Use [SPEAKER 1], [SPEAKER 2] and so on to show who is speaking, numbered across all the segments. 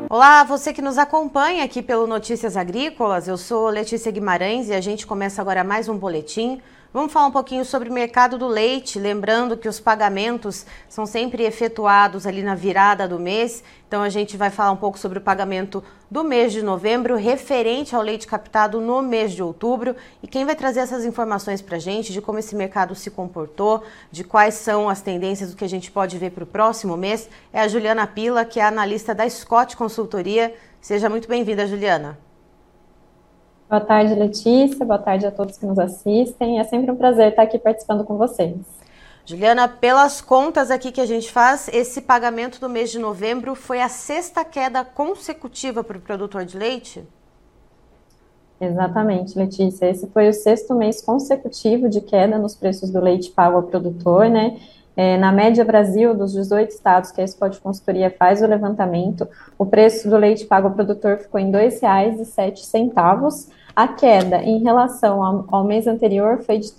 [SPEAKER 1] Olá, você que nos acompanha aqui pelo Notícias Agrícolas, eu sou Letícia Guimarães e a gente começa agora mais um boletim. Vamos falar um pouquinho sobre o mercado do leite, lembrando que os pagamentos são sempre efetuados ali na virada do mês, então a gente vai falar um pouco sobre o pagamento do mês de novembro, referente ao leite captado no mês de outubro, e quem vai trazer essas informações para a gente de como esse mercado se comportou, de quais são as tendências do que a gente pode ver para o próximo mês, é a Juliana Pila, que é analista da Scott Consultoria. Seja muito bem-vinda, Juliana.
[SPEAKER 2] Boa tarde, Letícia. Boa tarde a todos que nos assistem. É sempre um prazer estar aqui participando com vocês.
[SPEAKER 1] Juliana, pelas contas aqui que a gente faz, esse pagamento do mês de novembro foi a sexta queda consecutiva para o produtor de leite?
[SPEAKER 2] Exatamente, Letícia. Esse foi o sexto mês consecutivo de queda nos preços do leite pago ao produtor, né? Na média Brasil, dos 18 estados que a Scott Consultoria faz o levantamento, o preço do leite pago ao produtor ficou em R$ 2,07. A queda em relação ao mês anterior foi de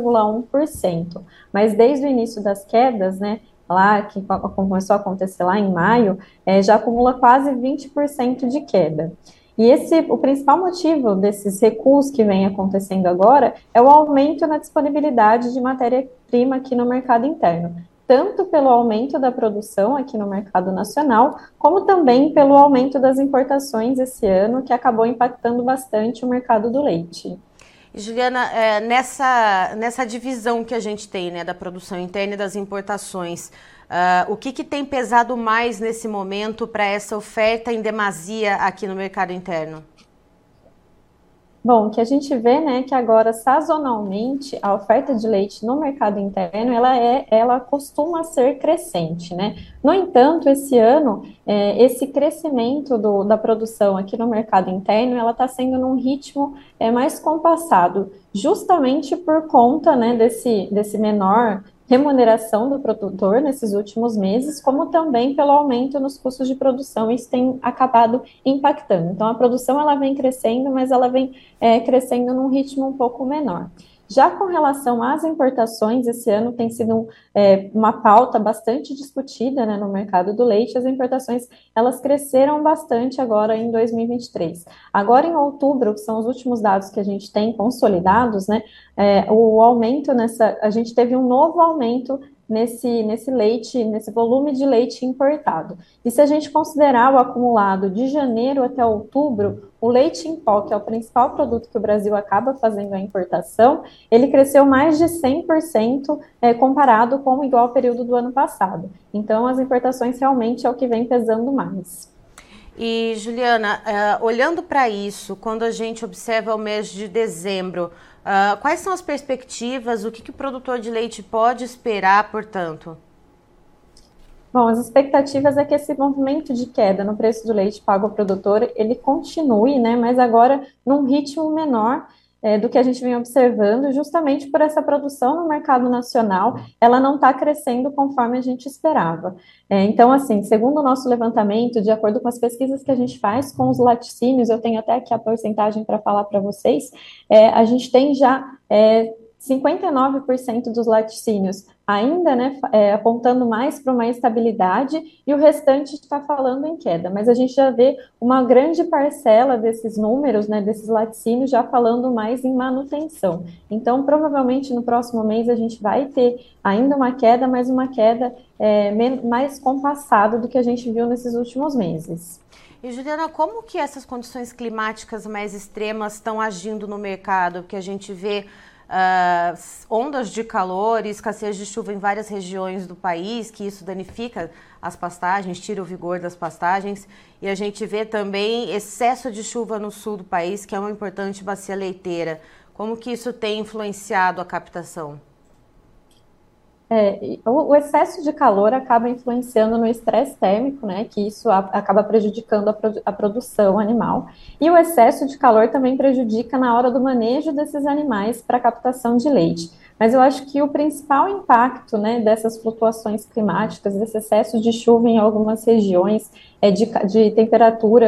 [SPEAKER 2] 3,1%, mas desde o início das quedas, né, lá que começou a acontecer lá em maio, já acumula quase 20% de queda. E o principal motivo desses recuos que vem acontecendo agora é o aumento na disponibilidade de matéria-prima aqui no mercado interno, tanto pelo aumento da produção aqui no mercado nacional, como também pelo aumento das importações esse ano, que acabou impactando bastante o mercado do leite.
[SPEAKER 1] Juliana, nessa divisão que a gente tem, né, da produção interna e das importações, o que tem pesado mais nesse momento para essa oferta em demasia aqui no mercado interno?
[SPEAKER 2] Bom, o que a gente vê, né, que agora sazonalmente a oferta de leite no mercado interno, ela costuma ser crescente, né? No entanto, esse ano, esse crescimento da produção aqui no mercado interno, ela está sendo num ritmo mais compassado, justamente por conta, né, desse menor remuneração do produtor nesses últimos meses, como também pelo aumento nos custos de produção. Isso tem acabado impactando. Então, a produção ela vem crescendo, mas ela vem crescendo num ritmo um pouco menor. Já com relação às importações, esse ano tem sido uma pauta bastante discutida, né, no mercado do leite. As importações, elas cresceram bastante agora em 2023. Agora em outubro, que são os últimos dados que a gente tem consolidados, né, o aumento a gente teve um novo aumento nesse leite, nesse volume de leite importado. E se a gente considerar o acumulado de janeiro até outubro, o leite em pó, que é o principal produto que o Brasil acaba fazendo a importação, ele cresceu mais de 100% comparado com o igual período do ano passado. Então, as importações realmente é o que vem pesando mais.
[SPEAKER 1] E, Juliana, olhando para isso, quando a gente observa o mês de dezembro, quais são as perspectivas, o que o produtor de leite pode esperar, portanto?
[SPEAKER 2] Bom, as expectativas é que esse movimento de queda no preço do leite pago ao produtor, ele continue, né, mas agora num ritmo menor do que a gente vem observando, justamente por essa produção no mercado nacional, ela não está crescendo conforme a gente esperava. Então, assim, segundo o nosso levantamento, de acordo com as pesquisas que a gente faz com os laticínios, eu tenho até aqui a porcentagem para falar para vocês, a gente tem já 59% dos laticínios ainda, né, apontando mais para uma estabilidade, e o restante está falando em queda, mas a gente já vê uma grande parcela desses números, né, desses laticínios já falando mais em manutenção. Então, provavelmente no próximo mês a gente vai ter ainda uma queda, mas uma queda mais compassada do que a gente viu nesses últimos meses.
[SPEAKER 1] E, Juliana, como que essas condições climáticas mais extremas estão agindo no mercado? Porque a gente vê ondas de calor e escassez de chuva em várias regiões do país, que isso danifica as pastagens, tira o vigor das pastagens, e a gente vê também excesso de chuva no sul do país, que é uma importante bacia leiteira. Como que isso tem influenciado a captação?
[SPEAKER 2] O excesso de calor acaba influenciando no estresse térmico, né, que isso acaba prejudicando a produção animal, e o excesso de calor também prejudica na hora do manejo desses animais para captação de leite. Mas eu acho que o principal impacto, né, dessas flutuações climáticas, desse excesso de chuva em algumas regiões, de temperaturas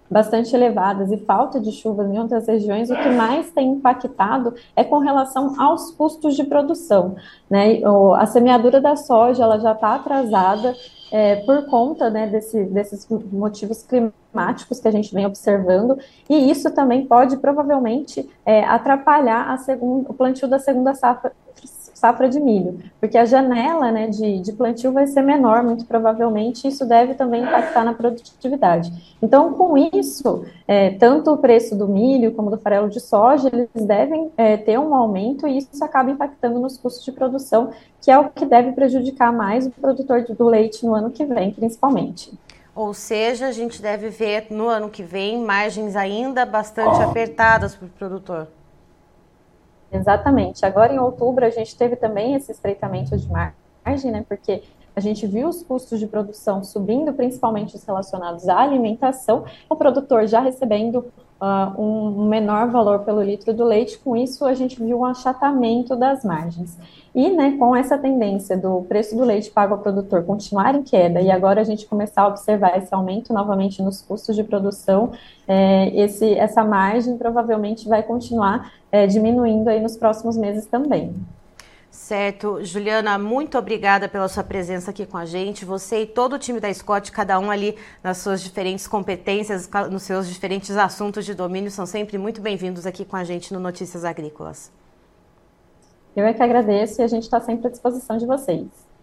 [SPEAKER 2] bastante elevadas e falta de chuvas em outras regiões, o que mais tem impactado é com relação aos custos de produção, né? A semeadura da soja ela já está atrasada por conta, né, desses motivos climáticos que a gente vem observando, e isso também pode provavelmente atrapalhar o plantio da segunda safra de milho, porque a janela, né, de plantio vai ser menor, muito provavelmente, e isso deve também impactar na produtividade. Então, com isso, tanto o preço do milho como do farelo de soja, eles devem ter um aumento, e isso acaba impactando nos custos de produção, que é o que deve prejudicar mais o produtor do leite no ano que vem, principalmente.
[SPEAKER 1] Ou seja, a gente deve ver no ano que vem margens ainda bastante apertadas para o produtor.
[SPEAKER 2] Exatamente. Agora, em outubro, a gente teve também esse estreitamento de margem, né? Porque a gente viu os custos de produção subindo, principalmente os relacionados à alimentação, o produtor já recebendo um menor valor pelo litro do leite. Com isso, a gente viu um achatamento das margens. E, né, com essa tendência do preço do leite pago ao produtor continuar em queda, e agora a gente começar a observar esse aumento novamente nos custos de produção, essa margem provavelmente vai continuar diminuindo aí nos próximos meses também.
[SPEAKER 1] Certo. Juliana, muito obrigada pela sua presença aqui com a gente. Você e todo o time da Scott, cada um ali nas suas diferentes competências, nos seus diferentes assuntos de domínio, são sempre muito bem-vindos aqui com a gente no Notícias Agrícolas.
[SPEAKER 2] Eu é que agradeço e a gente está sempre à disposição de vocês.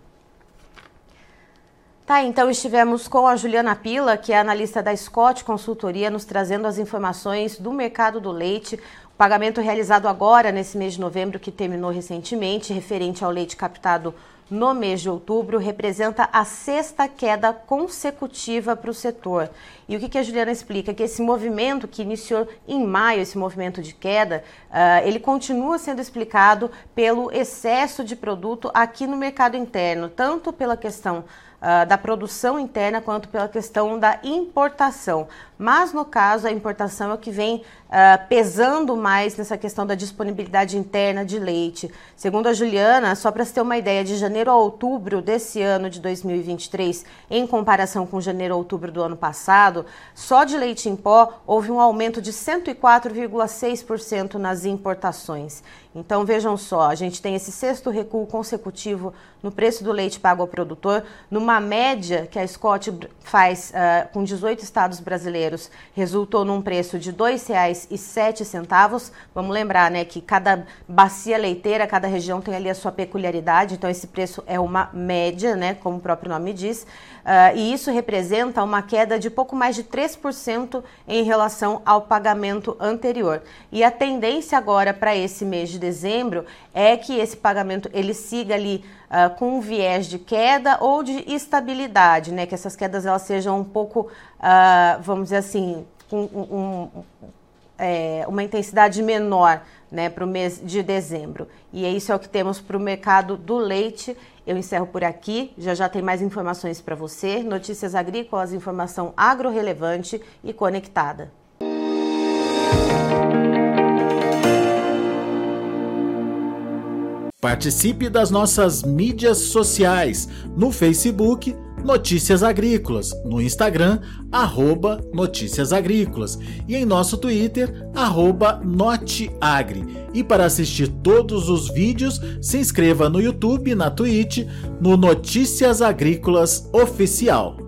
[SPEAKER 1] Tá, então estivemos com a Juliana Pila, que é analista da Scott Consultoria, nos trazendo as informações do mercado do leite. O pagamento realizado agora, nesse mês de novembro, que terminou recentemente, referente ao leite captado no mês de outubro, representa a 6ª queda consecutiva para o setor. E o que a Juliana explica? Que esse movimento que iniciou em maio, esse movimento de queda, ele continua sendo explicado pelo excesso de produto aqui no mercado interno, tanto pela questão da produção interna quanto pela questão da importação. Mas, no caso, a importação é o que vem pesando mais nessa questão da disponibilidade interna de leite. Segundo a Juliana, só para se ter uma ideia, de janeiro a outubro desse ano de 2023, em comparação com janeiro a outubro do ano passado, só de leite em pó houve um aumento de 104,6% nas importações. Então, vejam só, a gente tem esse 6º recuo consecutivo no preço do leite pago ao produtor, numa média que a Scott faz com 18 estados brasileiros, resultou num preço de R$ 2,07. Vamos lembrar, né, que cada bacia leiteira, cada região tem ali a sua peculiaridade, então esse preço é uma média, né, como o próprio nome diz, e isso representa uma queda de pouco mais de 3% em relação ao pagamento anterior. E a tendência agora para esse mês de dezembro é que esse pagamento ele siga ali com um viés de queda ou de estabilidade, né? Que essas quedas elas sejam um pouco, vamos dizer assim, com uma intensidade menor, né, para o mês de dezembro. E isso é o que temos para o mercado do leite. Eu encerro por aqui, já tem mais informações para você. Notícias Agrícolas, informação agro-relevante e conectada.
[SPEAKER 3] Participe das nossas mídias sociais, no Facebook, Notícias Agrícolas, no Instagram, @Notícias Agrícolas e em nosso Twitter, @Noteagri. E para assistir todos os vídeos, se inscreva no YouTube, na Twitch, no Notícias Agrícolas Oficial.